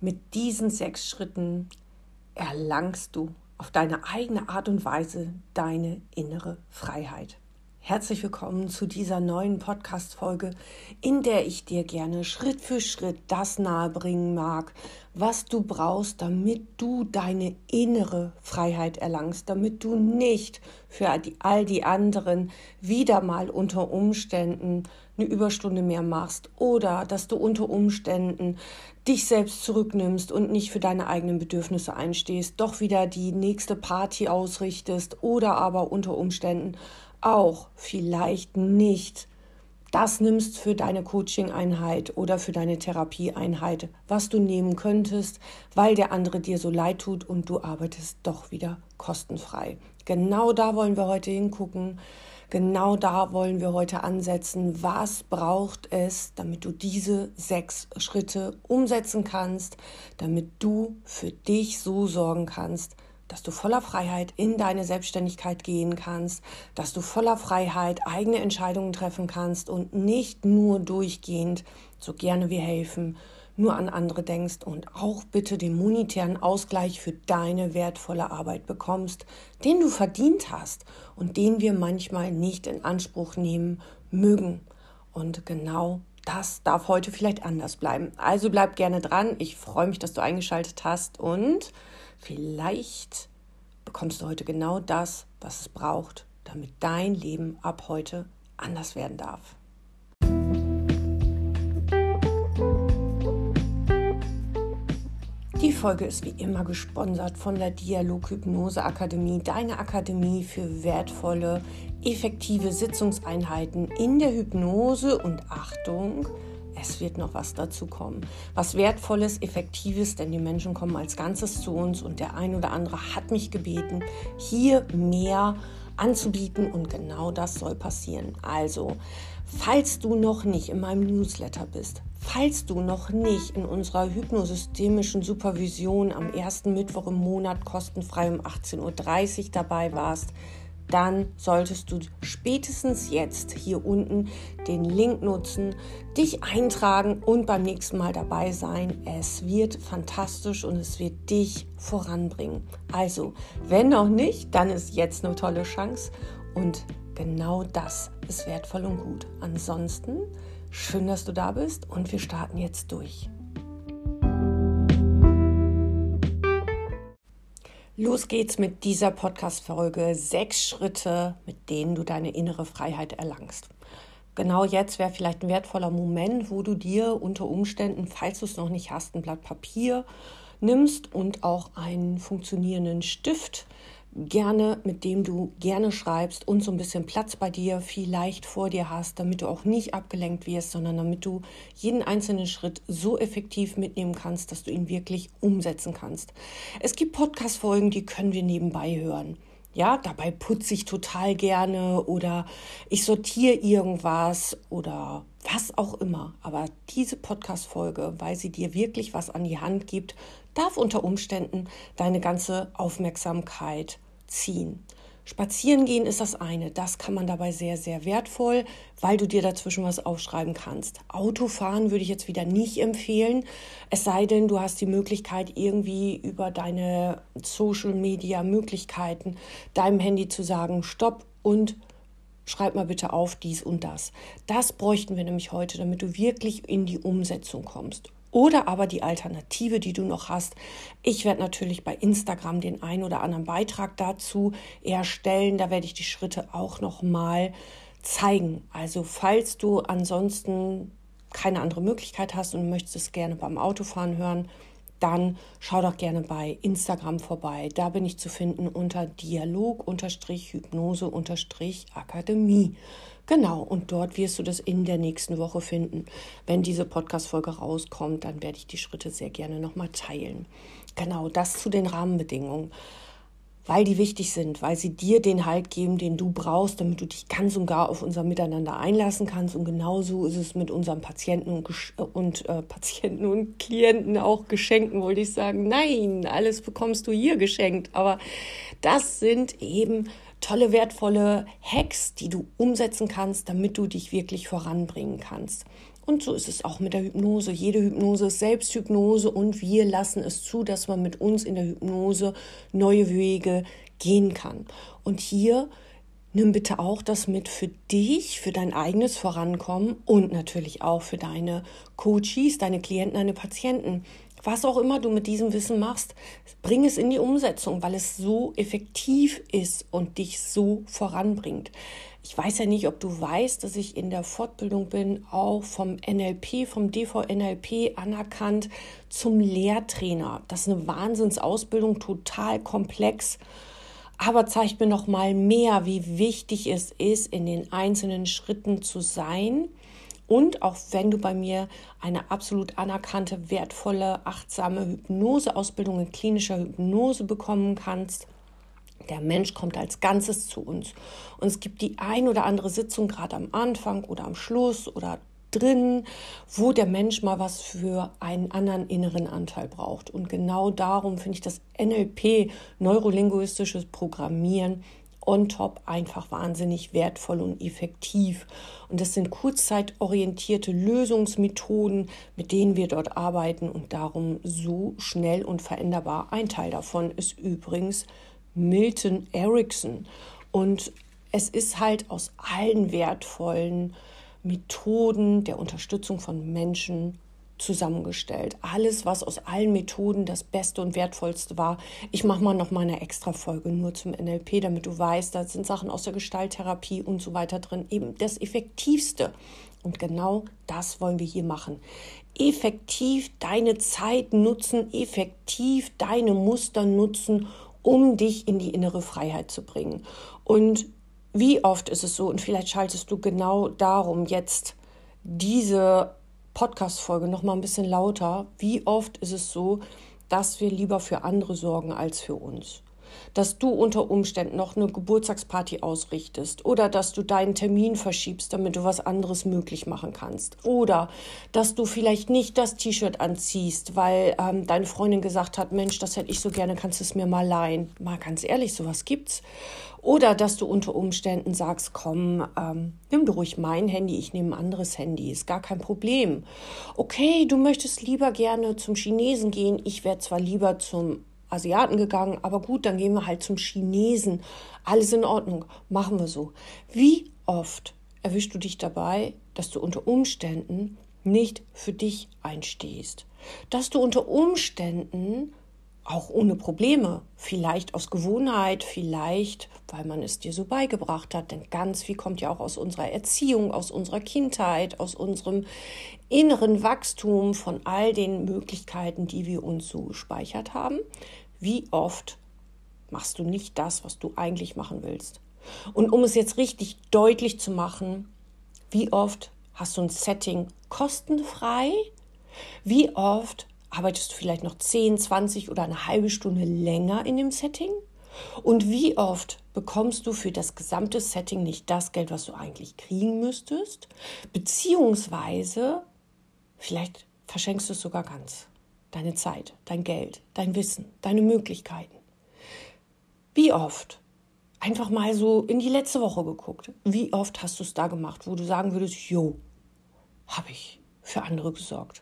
Mit diesen 6 Schritten erlangst du auf deine eigene Art und Weise deine innere Freiheit. Herzlich willkommen zu dieser neuen Podcast-Folge, in der ich dir gerne Schritt für Schritt das nahebringen mag, was du brauchst, damit du deine innere Freiheit erlangst, damit du nicht für all die anderen wieder mal unter Umständen eine Überstunde mehr machst oder dass du unter Umständen dich selbst zurücknimmst und nicht für deine eigenen Bedürfnisse einstehst, doch wieder die nächste Party ausrichtest oder aber unter Umständen auch vielleicht nicht das nimmst für deine Coaching-Einheit oder für deine Therapieeinheit, was du nehmen könntest, weil der andere dir so leid tut und du arbeitest doch wieder kostenfrei. Genau da wollen wir heute hingucken. Genau da wollen wir heute ansetzen. Was braucht es, damit du diese 6 Schritte umsetzen kannst, damit du für dich so sorgen kannst, dass du voller Freiheit in deine Selbstständigkeit gehen kannst, dass du voller Freiheit eigene Entscheidungen treffen kannst und nicht nur durchgehend, so gerne wir helfen, nur an andere denkst und auch bitte den monetären Ausgleich für deine wertvolle Arbeit bekommst, den du verdient hast und den wir manchmal nicht in Anspruch nehmen mögen. Und genau das darf heute vielleicht anders bleiben. Also bleib gerne dran. Ich freue mich, dass du eingeschaltet hast und vielleicht bekommst du heute genau das, was es braucht, damit dein Leben ab heute anders werden darf. Die Folge ist wie immer gesponsert von der Dialog-Hypnose-Akademie, deine Akademie für wertvolle, effektive Sitzungseinheiten in der Hypnose und Achtung, es wird noch was dazu kommen. Was Wertvolles, Effektives, denn die Menschen kommen als Ganzes zu uns und der ein oder andere hat mich gebeten, hier mehr anzubieten und genau das soll passieren. Also, falls du noch nicht in meinem Newsletter bist, falls du noch nicht in unserer hypnosystemischen Supervision am ersten Mittwoch im Monat kostenfrei um 18.30 Uhr dabei warst, dann solltest du spätestens jetzt hier unten den Link nutzen, dich eintragen und beim nächsten Mal dabei sein. Es wird fantastisch und es wird dich voranbringen. Also, wenn noch nicht, dann ist jetzt eine tolle Chance und genau das ist wertvoll und gut. Ansonsten, schön, dass du da bist und wir starten jetzt durch. Los geht's mit dieser Podcast-Folge. 6 Schritte, mit denen du deine innere Freiheit erlangst. Genau jetzt wäre vielleicht ein wertvoller Moment, wo du dir unter Umständen, falls du es noch nicht hast, ein Blatt Papier nimmst und auch einen funktionierenden Stift, gerne, mit dem du gerne schreibst und so ein bisschen Platz bei dir vielleicht vor dir hast, damit du auch nicht abgelenkt wirst, sondern damit du jeden einzelnen Schritt so effektiv mitnehmen kannst, dass du ihn wirklich umsetzen kannst. Es gibt Podcast-Folgen, die können wir nebenbei hören. Ja, dabei putze ich total gerne oder ich sortiere irgendwas oder was auch immer. Aber diese Podcast-Folge, weil sie dir wirklich was an die Hand gibt, darf unter Umständen deine ganze Aufmerksamkeit ziehen. Spazieren gehen ist das eine, das kann man dabei sehr, sehr wertvoll, weil du dir dazwischen was aufschreiben kannst. Autofahren würde ich jetzt wieder nicht empfehlen, es sei denn, du hast die Möglichkeit, irgendwie über deine Social-Media-Möglichkeiten deinem Handy zu sagen, stopp und schreib mal bitte auf dies und das. Das bräuchten wir nämlich heute, damit du wirklich in die Umsetzung kommst. Oder aber die Alternative, die du noch hast. Ich werde natürlich bei Instagram den einen oder anderen Beitrag dazu erstellen. Da werde ich die Schritte auch noch mal zeigen. Also falls du ansonsten keine andere Möglichkeit hast und möchtest es gerne beim Autofahren hören, dann schau doch gerne bei Instagram vorbei. Da bin ich zu finden unter Dialog-Hypnose-Akademie. Genau, und dort wirst du das in der nächsten Woche finden. Wenn diese Podcast-Folge rauskommt, dann werde ich die Schritte sehr gerne nochmal teilen. Genau, das zu den Rahmenbedingungen, weil die wichtig sind, weil sie dir den Halt geben, den du brauchst, damit du dich ganz und gar auf unser Miteinander einlassen kannst. Und genauso ist es mit unseren Patienten und Klienten, auch Geschenken, wollte ich sagen. Nein, alles bekommst du hier geschenkt. Aber das sind eben tolle, wertvolle Hacks, die du umsetzen kannst, damit du dich wirklich voranbringen kannst. Und so ist es auch mit der Hypnose. Jede Hypnose ist Selbsthypnose und wir lassen es zu, dass man mit uns in der Hypnose neue Wege gehen kann. Und hier nimm bitte auch das mit für dich, für dein eigenes Vorankommen und natürlich auch für deine Coaches, deine Klienten, deine Patienten. Was auch immer du mit diesem Wissen machst, bring es in die Umsetzung, weil es so effektiv ist und dich so voranbringt. Ich weiß ja nicht, ob du weißt, dass ich in der Fortbildung bin, auch vom NLP, vom DVNLP anerkannt zum Lehrtrainer. Das ist eine Wahnsinnsausbildung, total komplex, aber zeigt mir noch mal mehr, wie wichtig es ist, in den einzelnen Schritten zu sein. Und auch wenn du bei mir eine absolut anerkannte, wertvolle, achtsame Hypnoseausbildung in klinischer Hypnose bekommen kannst, der Mensch kommt als Ganzes zu uns. Und es gibt die ein oder andere Sitzung, gerade am Anfang oder am Schluss oder drin, wo der Mensch mal was für einen anderen inneren Anteil braucht. Und genau darum finde ich das NLP, neurolinguistisches Programmieren, on top einfach wahnsinnig wertvoll und effektiv. Und das sind kurzzeitorientierte Lösungsmethoden, mit denen wir dort arbeiten und darum so schnell und veränderbar. Ein Teil davon ist übrigens Milton Erickson. Und es ist halt aus allen wertvollen Methoden der Unterstützung von Menschen zusammengestellt. Alles, was aus allen Methoden das Beste und Wertvollste war. Ich mache mal noch mal eine extra Folge nur zum NLP, damit du weißt, da sind Sachen aus der Gestalttherapie und so weiter drin. Eben das Effektivste. Und genau das wollen wir hier machen. Effektiv deine Zeit nutzen, effektiv deine Muster nutzen, um dich in die innere Freiheit zu bringen. Und wie oft ist es so, und vielleicht schaltest du genau darum jetzt diese Podcast-Folge noch mal ein bisschen lauter, wie oft ist es so, dass wir lieber für andere sorgen als für uns? Dass du unter Umständen noch eine Geburtstagsparty ausrichtest oder dass du deinen Termin verschiebst, damit du was anderes möglich machen kannst. Oder dass du vielleicht nicht das T-Shirt anziehst, weil deine Freundin gesagt hat, Mensch, das hätte ich so gerne, kannst du es mir mal leihen? Mal ganz ehrlich, sowas gibt's. Oder dass du unter Umständen sagst, komm, nimm du ruhig mein Handy, ich nehme ein anderes Handy, ist gar kein Problem. Okay, du möchtest lieber gerne zum Chinesen gehen, ich wäre zwar lieber zum Asiaten gegangen, aber gut, dann gehen wir halt zum Chinesen. Alles in Ordnung, machen wir so. Wie oft erwischst du dich dabei, dass du unter Umständen nicht für dich einstehst? Dass du unter Umständen auch ohne Probleme, vielleicht aus Gewohnheit, vielleicht, weil man es dir so beigebracht hat, denn ganz viel kommt ja auch aus unserer Erziehung, aus unserer Kindheit, aus unserem inneren Wachstum, von all den Möglichkeiten, die wir uns so gespeichert haben. Wie oft machst du nicht das, was du eigentlich machen willst? Und um es jetzt richtig deutlich zu machen, wie oft hast du ein Setting kostenfrei? Wie oft arbeitest du vielleicht noch 10, 20 oder eine halbe Stunde länger in dem Setting? Und wie oft bekommst du für das gesamte Setting nicht das Geld, was du eigentlich kriegen müsstest? Beziehungsweise vielleicht verschenkst du es sogar ganz. Deine Zeit, dein Geld, dein Wissen, deine Möglichkeiten. Wie oft? Einfach mal so in die letzte Woche geguckt. Wie oft hast du es da gemacht, wo du sagen würdest, jo, habe ich für andere gesorgt?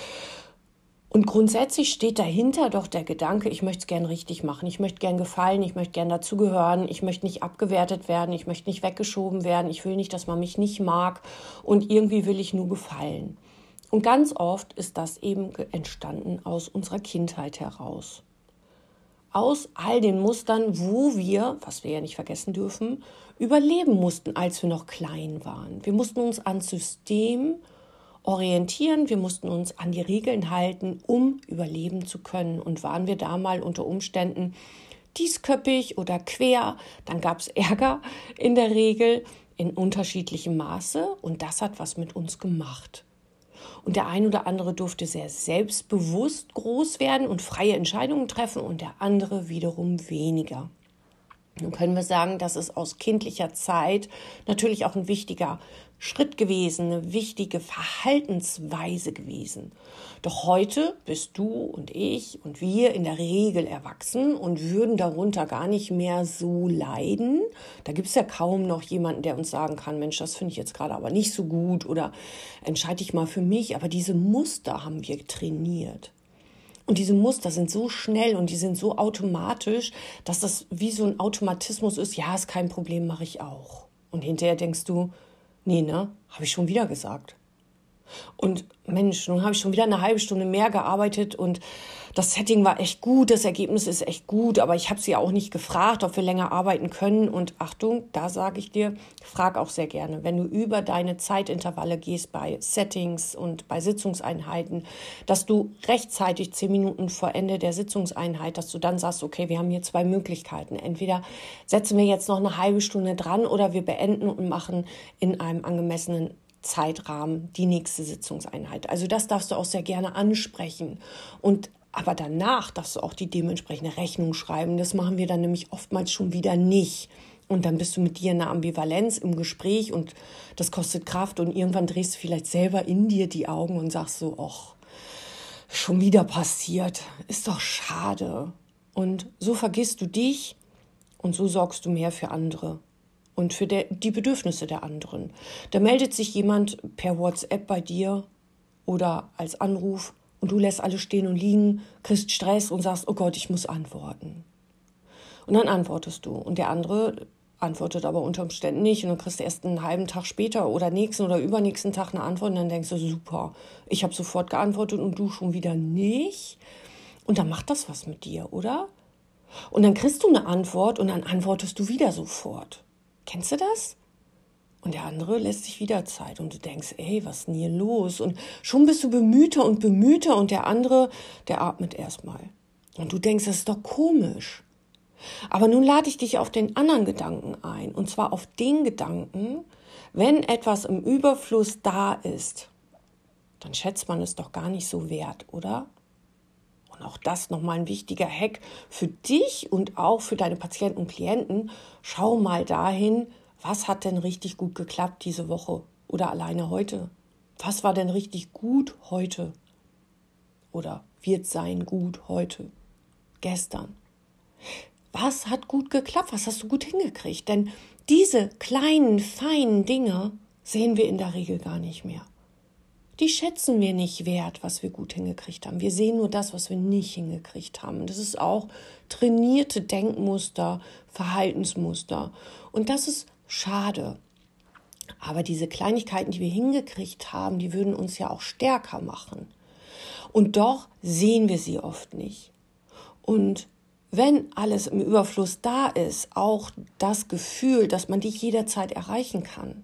Und grundsätzlich steht dahinter doch der Gedanke, ich möchte es gern richtig machen, ich möchte gern gefallen, ich möchte gern dazugehören, ich möchte nicht abgewertet werden, ich möchte nicht weggeschoben werden, ich will nicht, dass man mich nicht mag und irgendwie will ich nur gefallen. Und ganz oft ist das eben entstanden aus unserer Kindheit heraus. Aus all den Mustern, wo wir, was wir ja nicht vergessen dürfen, überleben mussten, als wir noch klein waren. Wir mussten uns ans System orientieren, wir mussten uns an die Regeln halten, um überleben zu können. Und waren wir da mal unter Umständen diesköpfig oder quer, dann gab es Ärger in der Regel in unterschiedlichem Maße und das hat was mit uns gemacht. Und der ein oder andere durfte sehr selbstbewusst groß werden und freie Entscheidungen treffen und der andere wiederum weniger. Nun können wir sagen, das ist aus kindlicher Zeit natürlich auch ein wichtiger Schritt gewesen, eine wichtige Verhaltensweise gewesen. Doch heute bist du und ich und wir in der Regel erwachsen und würden darunter gar nicht mehr so leiden. Da gibt es ja kaum noch jemanden, der uns sagen kann, Mensch, das finde ich jetzt gerade aber nicht so gut oder entscheide ich mal für mich. Aber diese Muster haben wir trainiert. Und diese Muster sind so schnell und die sind so automatisch, dass das wie so ein Automatismus ist. Ja, ist kein Problem, mache ich auch. Und hinterher denkst du, nee, ne, habe ich schon wieder gesagt. Und Mensch, nun habe ich schon wieder eine halbe Stunde mehr gearbeitet und das Setting war echt gut, das Ergebnis ist echt gut, aber ich habe sie auch nicht gefragt, ob wir länger arbeiten können. Und Achtung, da sage ich dir, frag auch sehr gerne, wenn du über deine Zeitintervalle gehst bei Settings und bei Sitzungseinheiten, dass du rechtzeitig 10 Minuten vor Ende der Sitzungseinheit, dass du dann sagst, okay, wir haben hier 2 Möglichkeiten. Entweder setzen wir jetzt noch eine halbe Stunde dran oder wir beenden und machen in einem angemessenen Zeitrahmen die nächste Sitzungseinheit. Also das darfst du auch sehr gerne ansprechen. Aber danach darfst du auch die dementsprechende Rechnung schreiben. Das machen wir dann nämlich oftmals schon wieder nicht. Und dann bist du mit dir in einer Ambivalenz im Gespräch und das kostet Kraft und irgendwann drehst du vielleicht selber in dir die Augen und sagst so, ach, schon wieder passiert, ist doch schade. Und so vergisst du dich und so sorgst du mehr für andere. Und für die Bedürfnisse der anderen. Da meldet sich jemand per WhatsApp bei dir oder als Anruf und du lässt alles stehen und liegen, kriegst Stress und sagst, oh Gott, ich muss antworten. Und dann antwortest du und der andere antwortet aber unter Umständen nicht und dann kriegst du erst einen halben Tag später oder nächsten oder übernächsten Tag eine Antwort und dann denkst du, super, ich habe sofort geantwortet und du schon wieder nicht. Und dann macht das was mit dir, oder? Und dann kriegst du eine Antwort und dann antwortest du wieder sofort. Kennst du das? Und der andere lässt sich wieder Zeit und du denkst, ey, was ist denn hier los? Und schon bist du bemühter und der andere, der atmet erstmal. Und du denkst, das ist doch komisch. Aber nun lade ich dich auf den anderen Gedanken ein. Und zwar auf den Gedanken, wenn etwas im Überfluss da ist, dann schätzt man es doch gar nicht so wert, oder? Und auch das nochmal ein wichtiger Hack für dich und auch für deine Patienten und Klienten. Schau mal dahin, was hat denn richtig gut geklappt diese Woche oder alleine heute? Was war denn richtig gut heute? Oder wird sein gut heute? Gestern? Was hat gut geklappt? Was hast du gut hingekriegt? Denn diese kleinen, feinen Dinge sehen wir in der Regel gar nicht mehr. Die schätzen wir nicht wert, was wir gut hingekriegt haben. Wir sehen nur das, was wir nicht hingekriegt haben. Das ist auch trainierte Denkmuster, Verhaltensmuster. Und das ist schade. Aber diese Kleinigkeiten, die wir hingekriegt haben, die würden uns ja auch stärker machen. Und doch sehen wir sie oft nicht. Und wenn alles im Überfluss da ist, auch das Gefühl, dass man dich jederzeit erreichen kann.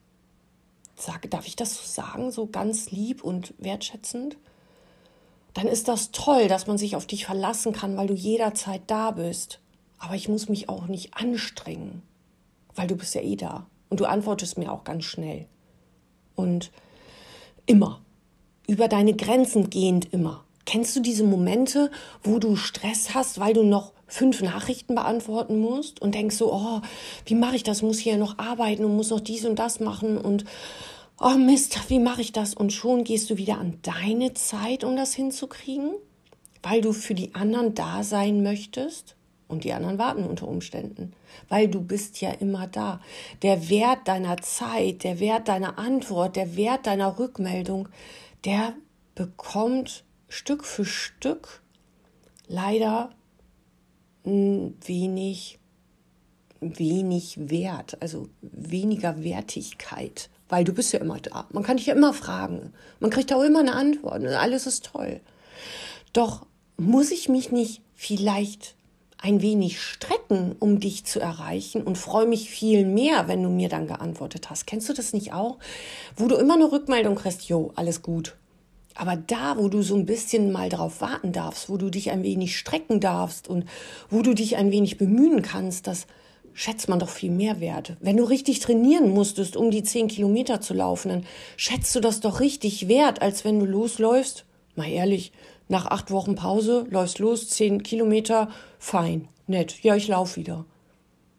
Darf ich das so sagen, so ganz lieb und wertschätzend? Dann ist das toll, dass man sich auf dich verlassen kann, weil du jederzeit da bist. Aber ich muss mich auch nicht anstrengen, weil du bist ja eh da. Und du antwortest mir auch ganz schnell. Und immer. Über deine Grenzen gehend immer. Kennst du diese Momente, wo du Stress hast, weil du noch 5 Nachrichten beantworten musst und denkst so, oh, wie mache ich das? Muss hier noch arbeiten und muss noch dies und das machen und oh Mist, wie mache ich das? Und schon gehst du wieder an deine Zeit, um das hinzukriegen, weil du für die anderen da sein möchtest und die anderen warten unter Umständen, weil du bist ja immer da. Der Wert deiner Zeit, der Wert deiner Antwort, der Wert deiner Rückmeldung, der bekommt Stück für Stück leider wenig Wert, also weniger Wertigkeit, weil du bist ja immer da. Man kann dich ja immer fragen. Man kriegt auch immer eine Antwort und alles ist toll. Doch muss ich mich nicht vielleicht ein wenig strecken, um dich zu erreichen und freue mich viel mehr, wenn du mir dann geantwortet hast. Kennst du das nicht auch? Wo du immer eine Rückmeldung kriegst, jo, alles gut. Aber da, wo du so ein bisschen mal drauf warten darfst, wo du dich ein wenig strecken darfst und wo du dich ein wenig bemühen kannst, das schätzt man doch viel mehr wert. Wenn du richtig trainieren musstest, um die 10 Kilometer zu laufen, dann schätzt du das doch richtig wert, als wenn du losläufst. Mal ehrlich, nach 8 Wochen Pause läufst los, 10 Kilometer, fein, nett, ja, ich laufe wieder.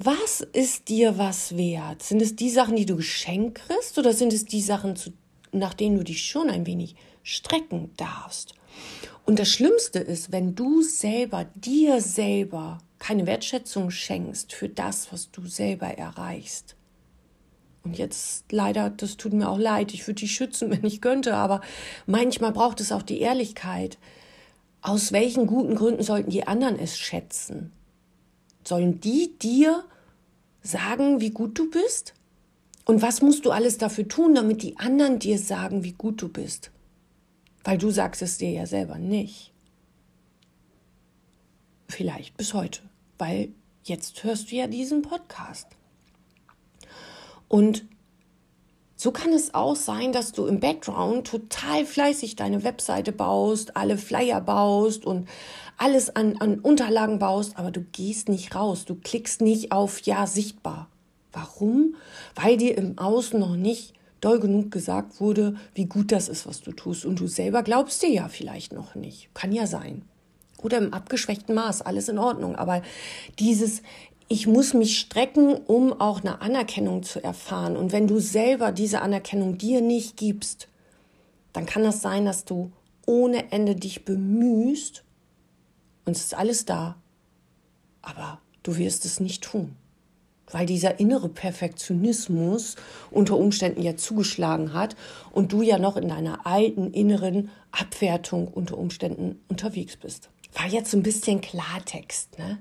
Was ist dir was wert? Sind es die Sachen, die du geschenkt kriegst, oder sind es die Sachen, nach denen du dich schon ein wenig strecken darfst? Und das Schlimmste ist, wenn du dir selber keine Wertschätzung schenkst für das, was du selber erreichst. Und jetzt leider, das tut mir auch leid, ich würde dich schützen, wenn ich könnte, aber manchmal braucht es auch die Ehrlichkeit. Aus welchen guten Gründen sollten die anderen es schätzen? Sollen die dir sagen, wie gut du bist? Und was musst du alles dafür tun, damit die anderen dir sagen, wie gut du bist? Weil du sagst es dir ja selber nicht. Vielleicht bis heute, weil jetzt hörst du ja diesen Podcast. Und so kann es auch sein, dass du im Background total fleißig deine Webseite baust, alle Flyer baust und alles an Unterlagen baust, aber du gehst nicht raus, du klickst nicht auf Ja sichtbar. Warum? Weil dir im Außen noch nicht doll genug gesagt wurde, wie gut das ist, was du tust. Und du selber glaubst dir ja vielleicht noch nicht. Kann ja sein. Oder im abgeschwächten Maß, alles in Ordnung. Aber ich muss mich strecken, um auch eine Anerkennung zu erfahren. Und wenn du selber diese Anerkennung dir nicht gibst, dann kann das sein, dass du ohne Ende dich bemühst und es ist alles da, aber du wirst es nicht tun. Weil dieser innere Perfektionismus unter Umständen ja zugeschlagen hat und du ja noch in deiner alten inneren Abwertung unter Umständen unterwegs bist. War jetzt so ein bisschen Klartext, ne?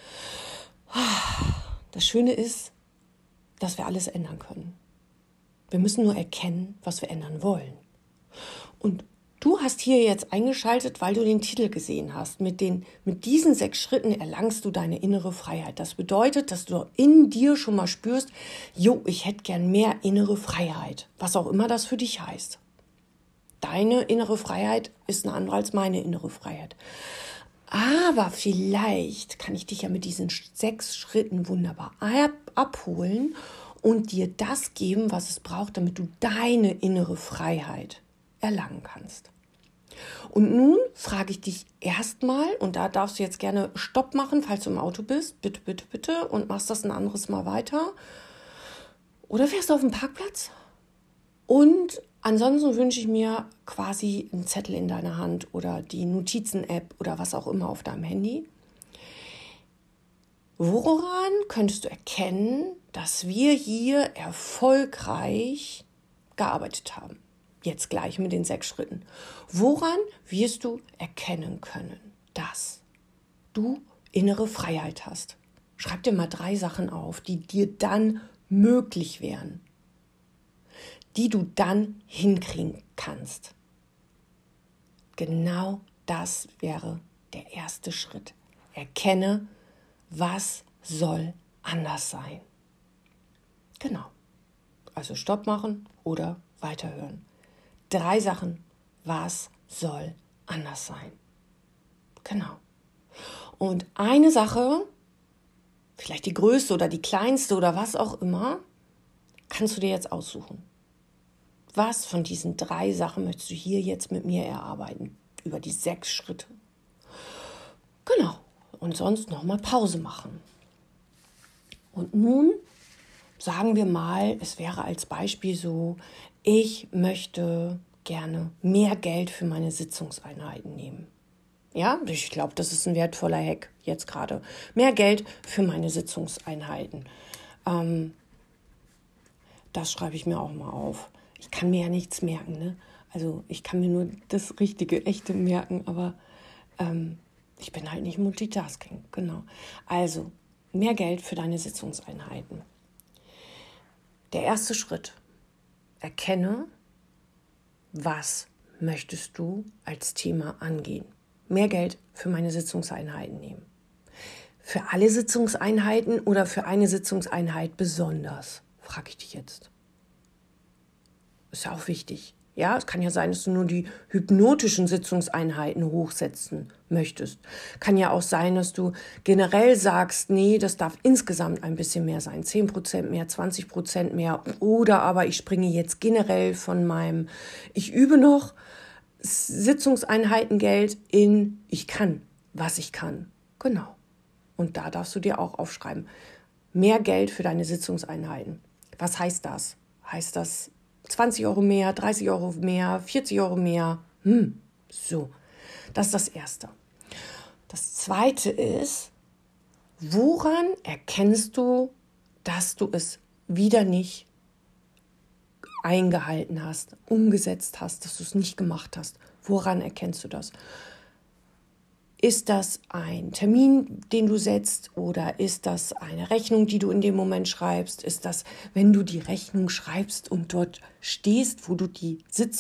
Das Schöne ist, dass wir alles ändern können. Wir müssen nur erkennen, was wir ändern wollen. Und du hast hier jetzt eingeschaltet, weil du den Titel gesehen hast. Mit diesen 6 Schritten erlangst du deine innere Freiheit. Das bedeutet, dass du in dir schon mal spürst, ich hätte gern mehr innere Freiheit. Was auch immer das für dich heißt. Deine innere Freiheit ist eine andere als meine innere Freiheit. Aber vielleicht kann ich dich ja mit diesen 6 Schritten wunderbar abholen und dir das geben, was es braucht, damit du deine innere Freiheit erlangen kannst. Und nun frage ich dich erstmal, und da darfst du jetzt gerne Stopp machen, falls du im Auto bist, bitte, bitte, bitte, und machst das ein anderes Mal weiter. Oder fährst du auf den Parkplatz? Und ansonsten wünsche ich mir quasi einen Zettel in deiner Hand oder die Notizen-App oder was auch immer auf deinem Handy. Woran könntest du erkennen, dass wir hier erfolgreich gearbeitet haben? Jetzt gleich mit den 6 Schritten. Woran wirst du erkennen können, dass du innere Freiheit hast? Schreib dir mal 3 Sachen auf, die dir dann möglich wären, die du dann hinkriegen kannst. Genau das wäre der erste Schritt. Erkenne, was soll anders sein. Genau. Also Stopp machen oder weiterhören. 3 Sachen, was soll anders sein. Genau. Und eine Sache, vielleicht die größte oder die kleinste oder was auch immer, kannst du dir jetzt aussuchen. Was von diesen 3 Sachen möchtest du hier jetzt mit mir erarbeiten? Über die 6 Schritte. Genau. Und sonst nochmal Pause machen. Und nun sagen wir mal, es wäre als Beispiel so, ich möchte gerne mehr Geld für meine Sitzungseinheiten nehmen. Ja, ich glaube, das ist ein wertvoller Hack jetzt gerade. Mehr Geld für meine Sitzungseinheiten. Das schreibe ich mir auch mal auf. Ich kann mir ja nichts merken, ne? Also ich kann mir nur das richtige, echte merken, aber ich bin halt nicht Multitasking, genau. Also mehr Geld für deine Sitzungseinheiten. Der erste Schritt. Erkenne, was möchtest du als Thema angehen. Mehr Geld für meine Sitzungseinheiten nehmen. Für alle Sitzungseinheiten oder für eine Sitzungseinheit besonders, frage ich dich jetzt. Ist ja auch wichtig. Ja, es kann ja sein, dass du nur die hypnotischen Sitzungseinheiten hochsetzen möchtest. Kann ja auch sein, dass du generell sagst, nee, das darf insgesamt ein bisschen mehr sein. 10% mehr, 20% mehr. Oder aber ich springe jetzt generell von meinem, ich übe noch Sitzungseinheitengeld in ich kann, was ich kann. Genau. Und da darfst du dir auch aufschreiben. mehr Geld für deine Sitzungseinheiten. Was heißt das? Heißt das 20 Euro mehr, 30 Euro mehr, 40 Euro mehr? So, das ist das Erste. Das Zweite ist, woran erkennst du, dass du es wieder nicht eingehalten hast, umgesetzt hast, dass du es nicht gemacht hast? Woran erkennst du das? Ist das ein Termin, den du setzt, oder ist das eine Rechnung, die du in dem Moment schreibst? Ist das, wenn du die Rechnung schreibst und dort stehst, wo du den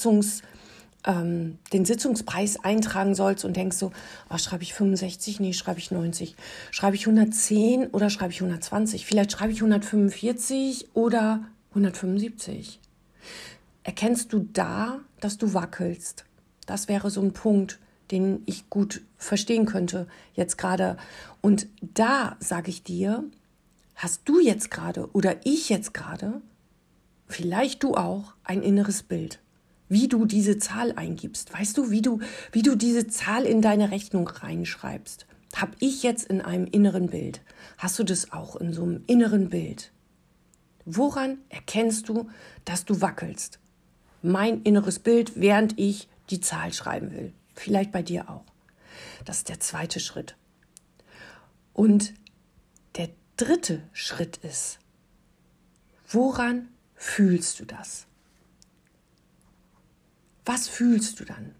Sitzungspreis eintragen sollst und denkst so, schreibe ich 65? Nee, schreibe ich 90. Schreibe ich 110 oder schreibe ich 120? Vielleicht schreibe ich 145 oder 175. Erkennst du da, dass du wackelst? Das wäre so ein Punkt, den ich gut verstehen könnte jetzt gerade. Und da sage ich dir, hast du jetzt gerade oder ich jetzt gerade, vielleicht du auch, ein inneres Bild, wie du diese Zahl eingibst. Weißt du, wie du diese Zahl in deine Rechnung reinschreibst? Habe ich jetzt in einem inneren Bild? Hast du das auch in so einem inneren Bild? Woran erkennst du, dass du wackelst? Mein inneres Bild, während ich die Zahl schreiben will. Vielleicht bei dir auch. Das ist der zweite Schritt. Und der dritte Schritt ist, woran fühlst du das? Was fühlst du dann?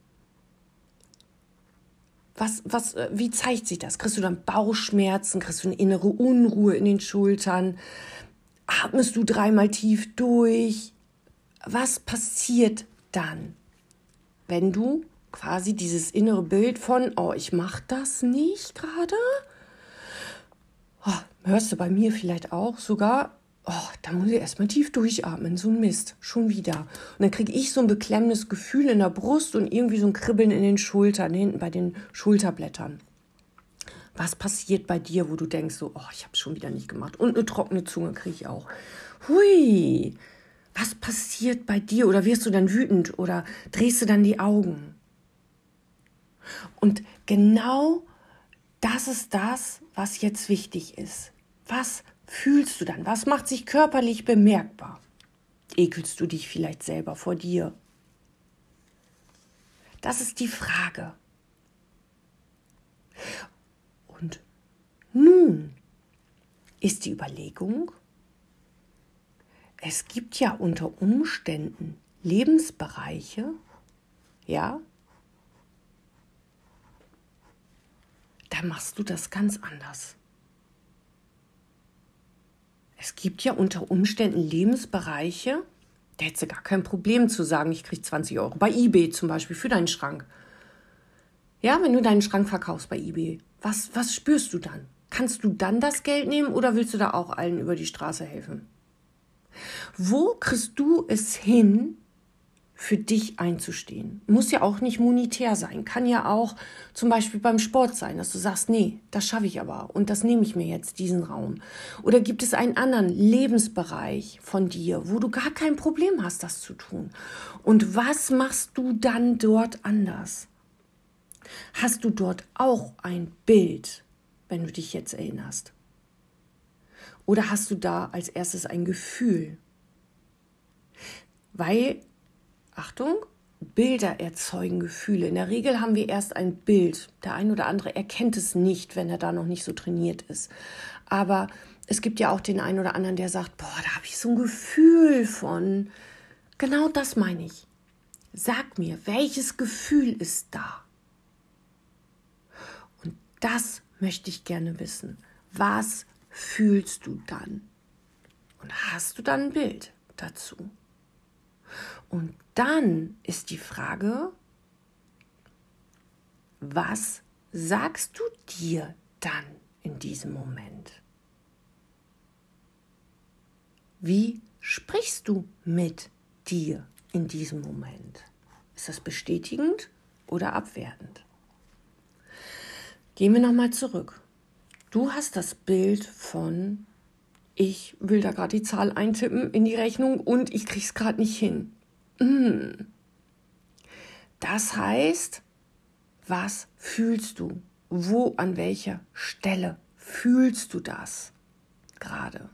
Wie zeigt sich das? Kriegst du dann Bauchschmerzen? Kriegst du eine innere Unruhe in den Schultern? Atmest du 3-mal tief durch? Was passiert dann, wenn du quasi dieses innere Bild von, ich mache das nicht gerade? Hörst du bei mir vielleicht auch sogar, da muss ich erstmal tief durchatmen, so ein Mist, schon wieder. Und dann kriege ich so ein beklemmendes Gefühl in der Brust und irgendwie so ein Kribbeln in den Schultern, hinten bei den Schulterblättern. Was passiert bei dir, wo du denkst so, ich habe es schon wieder nicht gemacht? Und eine trockene Zunge kriege ich auch. Hui, was passiert bei dir? Oder wirst du dann wütend oder drehst du dann die Augen? Und genau das ist das, was jetzt wichtig ist. Was fühlst du dann? Was macht sich körperlich bemerkbar? Ekelst du dich vielleicht selber vor dir? Das ist die Frage. Und nun ist die Überlegung, es gibt ja unter Umständen Lebensbereiche, ja, da machst du das ganz anders. Es gibt ja unter Umständen Lebensbereiche, da hättest du gar kein Problem zu sagen, ich kriege 20 Euro. Bei eBay zum Beispiel für deinen Schrank. Ja, wenn du deinen Schrank verkaufst bei eBay, was spürst du dann? Kannst du dann das Geld nehmen oder willst du da auch allen über die Straße helfen? Wo kriegst du es hin, für dich einzustehen? Muss ja auch nicht monetär sein. Kann ja auch zum Beispiel beim Sport sein, dass du sagst, nee, das schaffe ich aber und das nehme ich mir jetzt, diesen Raum. Oder gibt es einen anderen Lebensbereich von dir, wo du gar kein Problem hast, das zu tun? Und was machst du dann dort anders? Hast du dort auch ein Bild, wenn du dich jetzt erinnerst? Oder hast du da als erstes ein Gefühl? Weil, Achtung, Bilder erzeugen Gefühle. In der Regel haben wir erst ein Bild. Der ein oder andere erkennt es nicht, wenn er da noch nicht so trainiert ist. Aber es gibt ja auch den einen oder anderen, der sagt, da habe ich so ein Gefühl von. Genau das meine ich. Sag mir, welches Gefühl ist da? Und das möchte ich gerne wissen. Was fühlst du dann? Und hast du dann ein Bild dazu? Und dann ist die Frage, was sagst du dir dann in diesem Moment? Wie sprichst du mit dir in diesem Moment? Ist das bestätigend oder abwertend? Gehen wir nochmal zurück. Du hast das Bild von, ich will da gerade die Zahl eintippen in die Rechnung und ich kriege es gerade nicht hin. Das heißt, was fühlst du? Wo, an welcher Stelle fühlst du das? gerade?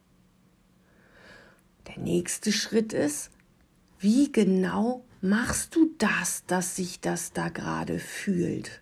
Der nächste Schritt ist, wie genau machst du das, dass sich das da gerade fühlt?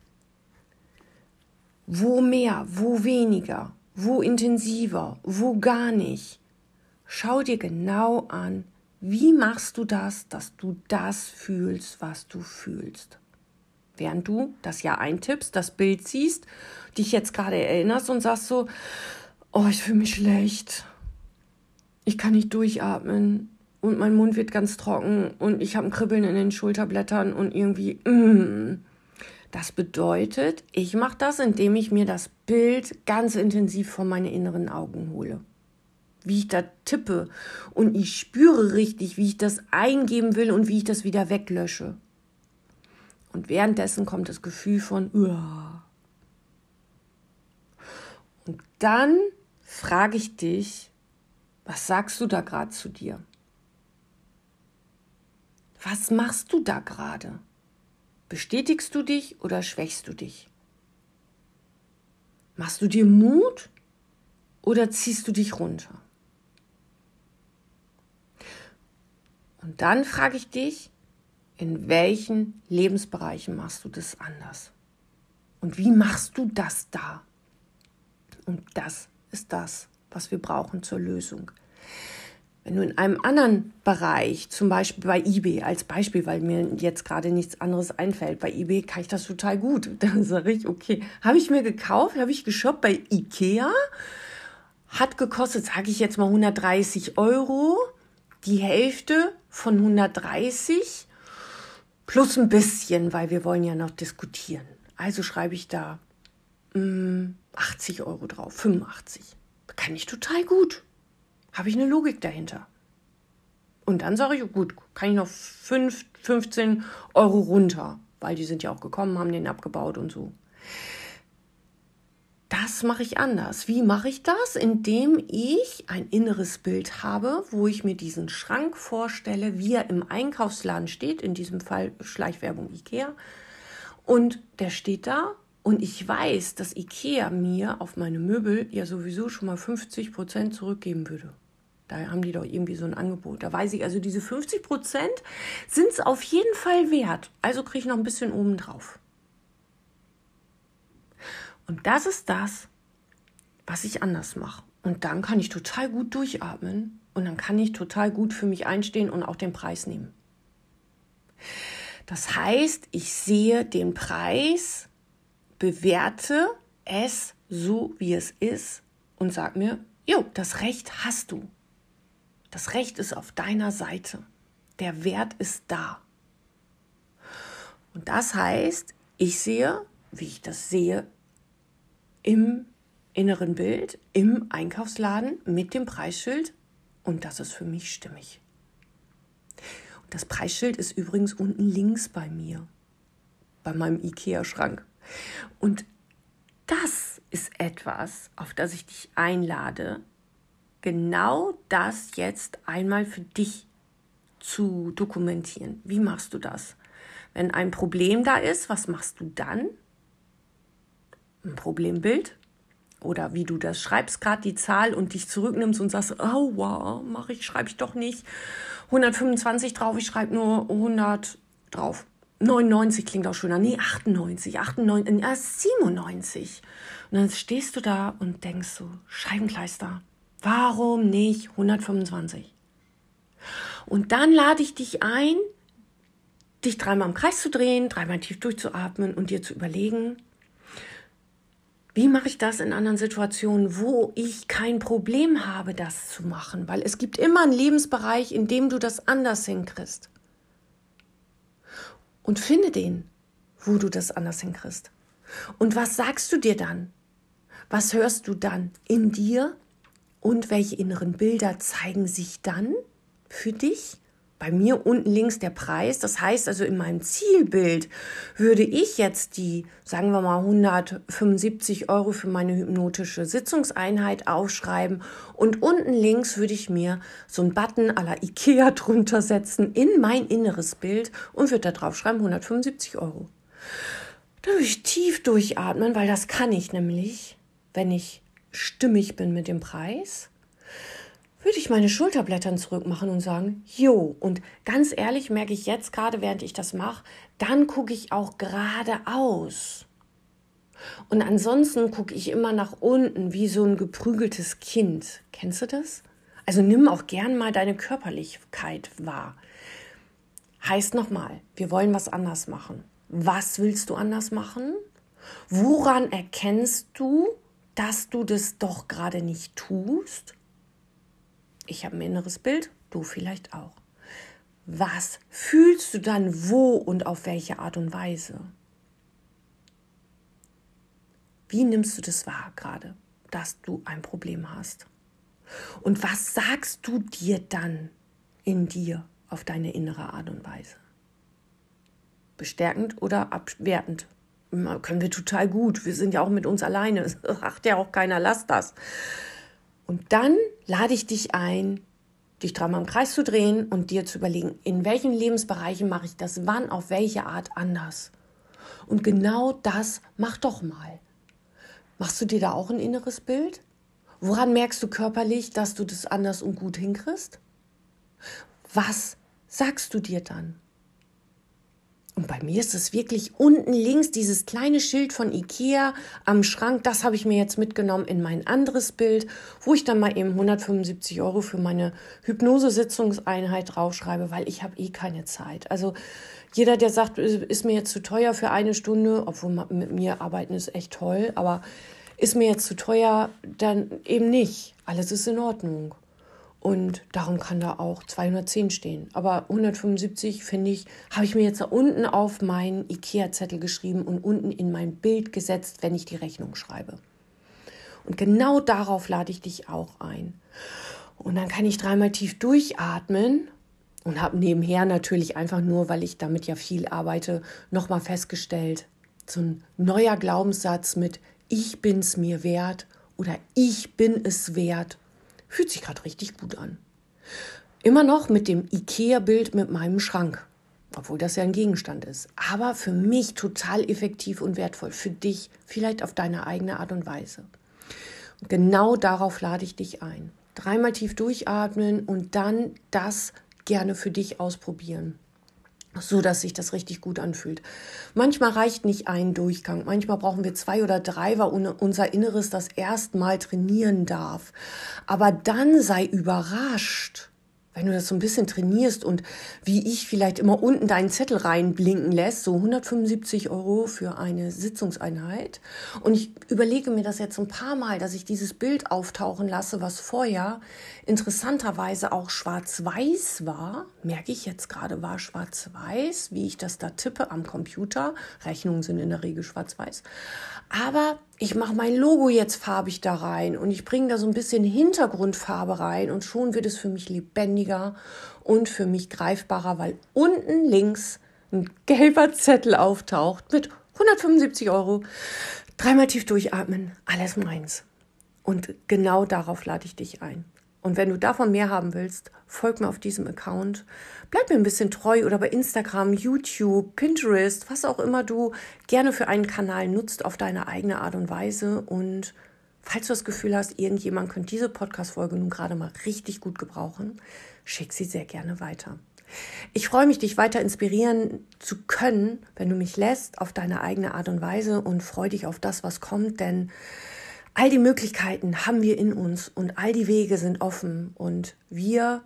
Wo mehr, wo weniger, wo intensiver, wo gar nicht? Schau dir genau an, wie machst du das, dass du das fühlst, was du fühlst. Während du das ja eintippst, das Bild siehst, dich jetzt gerade erinnerst und sagst so, oh, ich fühle mich schlecht, ich kann nicht durchatmen und mein Mund wird ganz trocken und ich habe ein Kribbeln in den Schulterblättern und irgendwie, Das bedeutet, ich mache das, indem ich mir das Bild ganz intensiv vor meine inneren Augen hole. Wie ich da tippe und ich spüre richtig, wie ich das eingeben will und wie ich das wieder weglösche. Und währenddessen kommt das Gefühl von Uah. Und dann frage ich dich, was sagst du da gerade zu dir? Was machst du da gerade? Bestätigst du dich oder schwächst du dich? Machst du dir Mut oder ziehst du dich runter? Und dann frage ich dich, in welchen Lebensbereichen machst du das anders? Und wie machst du das da? Und das ist das, was wir brauchen zur Lösung. Wenn du in einem anderen Bereich, zum Beispiel bei eBay, als Beispiel, weil mir jetzt gerade nichts anderes einfällt, bei eBay kann ich das total gut. Dann sage ich, okay, habe ich mir gekauft, habe ich geshoppt bei Ikea, hat gekostet, sage ich jetzt mal 130 €, die Hälfte von 130 plus ein bisschen, weil wir wollen ja noch diskutieren. Also schreibe ich da 80 € drauf, 85. Kann ich total gut. Habe ich eine Logik dahinter. Und dann sage ich, gut, kann ich noch 15 € runter, weil die sind ja auch gekommen, haben den abgebaut und so. Das mache ich anders. Wie mache ich das? Indem ich ein inneres Bild habe, wo ich mir diesen Schrank vorstelle, wie er im Einkaufsladen steht, in diesem Fall Schleichwerbung Ikea. Und der steht da und ich weiß, dass Ikea mir auf meine Möbel ja sowieso schon mal 50% zurückgeben würde. Da haben die doch irgendwie so ein Angebot. Da weiß ich, also diese 50% sind es auf jeden Fall wert. Also kriege ich noch ein bisschen oben drauf. Und das ist das, was ich anders mache. Und dann kann ich total gut durchatmen und dann kann ich total gut für mich einstehen und auch den Preis nehmen. Das heißt, ich sehe den Preis, bewerte es so, wie es ist und sage mir, jo, das Recht hast du. Das Recht ist auf deiner Seite. Der Wert ist da. Und das heißt, ich sehe, wie ich das sehe, im inneren Bild, im Einkaufsladen mit dem Preisschild und das ist für mich stimmig. Und das Preisschild ist übrigens unten links bei mir, bei meinem Ikea-Schrank. Und das ist etwas, auf das ich dich einlade, genau das jetzt einmal für dich zu dokumentieren. Wie machst du das? Wenn ein Problem da ist, was machst du dann? Ein Problembild oder wie du das schreibst, gerade die Zahl und dich zurücknimmst und sagst, oh wow, schreibe ich doch nicht 125 drauf, ich schreibe nur 100 drauf. 99 klingt auch schöner, nee, 98, 97. Und dann stehst du da und denkst so, Scheibenkleister, warum nicht 125? Und dann lade ich dich ein, dich 3-mal im Kreis zu drehen, 3-mal tief durchzuatmen und dir zu überlegen, wie mache ich das in anderen Situationen, wo ich kein Problem habe, das zu machen? Weil es gibt immer einen Lebensbereich, in dem du das anders hinkriegst. Und finde den, wo du das anders hinkriegst. Und was sagst du dir dann? Was hörst du dann in dir? Und welche inneren Bilder zeigen sich dann für dich? Bei mir unten links der Preis. Das heißt also, in meinem Zielbild würde ich jetzt die, sagen wir mal, 175 € für meine hypnotische Sitzungseinheit aufschreiben. Und unten links würde ich mir so einen Button à la Ikea drunter setzen in mein inneres Bild und würde da drauf schreiben 175 €. Da würde ich tief durchatmen, weil das kann ich nämlich, wenn ich stimmig bin mit dem Preis, würde ich meine Schulterblättern zurückmachen und sagen, jo, und ganz ehrlich merke ich jetzt gerade, während ich das mache, dann gucke ich auch geradeaus. Und ansonsten gucke ich immer nach unten, wie so ein geprügeltes Kind. Kennst du das? Also nimm auch gern mal deine Körperlichkeit wahr. Heißt nochmal, wir wollen was anders machen. Was willst du anders machen? Woran erkennst du, dass du das doch gerade nicht tust? Ich habe ein inneres Bild, du vielleicht auch. Was fühlst du dann wo und auf welche Art und Weise? Wie nimmst du das wahr gerade, dass du ein Problem hast? Und was sagst du dir dann in dir auf deine innere Art und Weise? Bestärkend oder abwertend? Können wir total gut. Wir sind ja auch mit uns alleine. Das sagt ja auch keiner, lass das. Und dann lade ich dich ein, dich dreimal im Kreis zu drehen und dir zu überlegen, in welchen Lebensbereichen mache ich das, wann, auf welche Art anders. Und genau das mach doch mal. Machst du dir da auch ein inneres Bild? Woran merkst du körperlich, dass du das anders und gut hinkriegst? Was sagst du dir dann? Und bei mir ist es wirklich unten links dieses kleine Schild von Ikea am Schrank. Das habe ich mir jetzt mitgenommen in mein anderes Bild, wo ich dann mal eben 175 € für meine Hypnosesitzungseinheit draufschreibe, weil ich habe keine Zeit. Also jeder, der sagt, ist mir jetzt zu teuer für eine Stunde, obwohl mit mir arbeiten ist echt toll, aber ist mir jetzt zu teuer, dann eben nicht. Alles ist in Ordnung. Und darum kann da auch 210 stehen. Aber 175, finde ich, habe ich mir jetzt da unten auf meinen Ikea-Zettel geschrieben und unten in mein Bild gesetzt, wenn ich die Rechnung schreibe. Und genau darauf lade ich dich auch ein. Und dann kann ich dreimal tief durchatmen und habe nebenher natürlich einfach nur, weil ich damit ja viel arbeite, nochmal festgestellt, so ein neuer Glaubenssatz mit ich bin's mir wert oder ich bin es wert. Fühlt sich gerade richtig gut an. Immer noch mit dem Ikea-Bild mit meinem Schrank, obwohl das ja ein Gegenstand ist. Aber für mich total effektiv und wertvoll. Für dich vielleicht auf deine eigene Art und Weise. Und genau darauf lade ich dich ein. Dreimal tief durchatmen und dann das gerne für dich ausprobieren, so dass sich das richtig gut anfühlt. Manchmal reicht nicht ein Durchgang, manchmal brauchen wir 2 oder 3, weil unser Inneres das erstmal trainieren darf. Aber dann sei überrascht, wenn du das so ein bisschen trainierst und wie ich vielleicht immer unten deinen Zettel reinblinken lässt, so 175 € für eine Sitzungseinheit. Und ich überlege mir das jetzt ein paar Mal, dass ich dieses Bild auftauchen lasse, was vorher interessanterweise auch schwarz-weiß war. Merke ich jetzt gerade, war schwarz-weiß, wie ich das da tippe am Computer. Rechnungen sind in der Regel schwarz-weiß. Aber ich mache mein Logo jetzt farbig da rein und ich bringe da so ein bisschen Hintergrundfarbe rein und schon wird es für mich lebendiger und für mich greifbarer, weil unten links ein gelber Zettel auftaucht mit 175 €. Dreimal tief durchatmen, alles meins. Und genau darauf lade ich dich ein. Und wenn du davon mehr haben willst, folg mir auf diesem Account. Bleib mir ein bisschen treu oder bei Instagram, YouTube, Pinterest, was auch immer du gerne für einen Kanal nutzt auf deine eigene Art und Weise. Und falls du das Gefühl hast, irgendjemand könnte diese Podcast-Folge nun gerade mal richtig gut gebrauchen, schick sie sehr gerne weiter. Ich freue mich, dich weiter inspirieren zu können, wenn du mich lässt, auf deine eigene Art und Weise und freue dich auf das, was kommt, denn all die Möglichkeiten haben wir in uns und all die Wege sind offen und wir,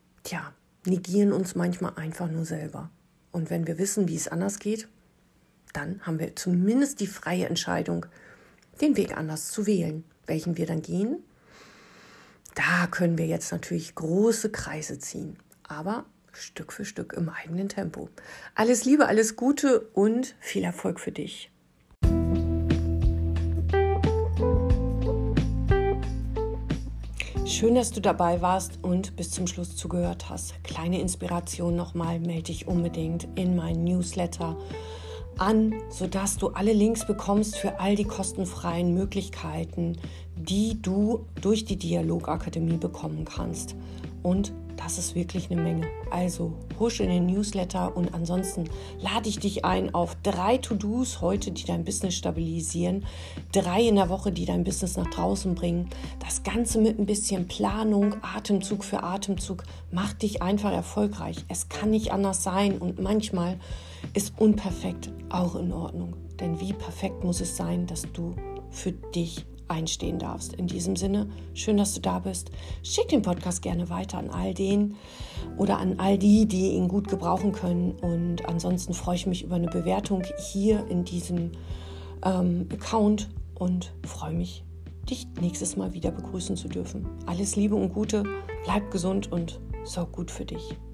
negieren uns manchmal einfach nur selber. Und wenn wir wissen, wie es anders geht, dann haben wir zumindest die freie Entscheidung, den Weg anders zu wählen. Welchen wir dann gehen, da können wir jetzt natürlich große Kreise ziehen, aber Stück für Stück im eigenen Tempo. Alles Liebe, alles Gute und viel Erfolg für dich. Schön, dass du dabei warst und bis zum Schluss zugehört hast. Kleine Inspiration nochmal, melde dich unbedingt in meinen Newsletter an, sodass du alle Links bekommst für all die kostenfreien Möglichkeiten, die du durch die Dialogakademie bekommen kannst. Und das ist wirklich eine Menge. Also husch in den Newsletter und ansonsten lade ich dich ein auf 3 To-Dos heute, die dein Business stabilisieren, 3 in der Woche, die dein Business nach draußen bringen. Das Ganze mit ein bisschen Planung, Atemzug für Atemzug, macht dich einfach erfolgreich. Es kann nicht anders sein und manchmal ist unperfekt auch in Ordnung. Denn wie perfekt muss es sein, dass du für dich einstehen darfst. In diesem Sinne, schön, dass du da bist. Schick den Podcast gerne weiter an all den oder an all die, die ihn gut gebrauchen können. Und ansonsten freue ich mich über eine Bewertung hier in diesem Account und freue mich, dich nächstes Mal wieder begrüßen zu dürfen. Alles Liebe und Gute, bleib gesund und sorg gut für dich.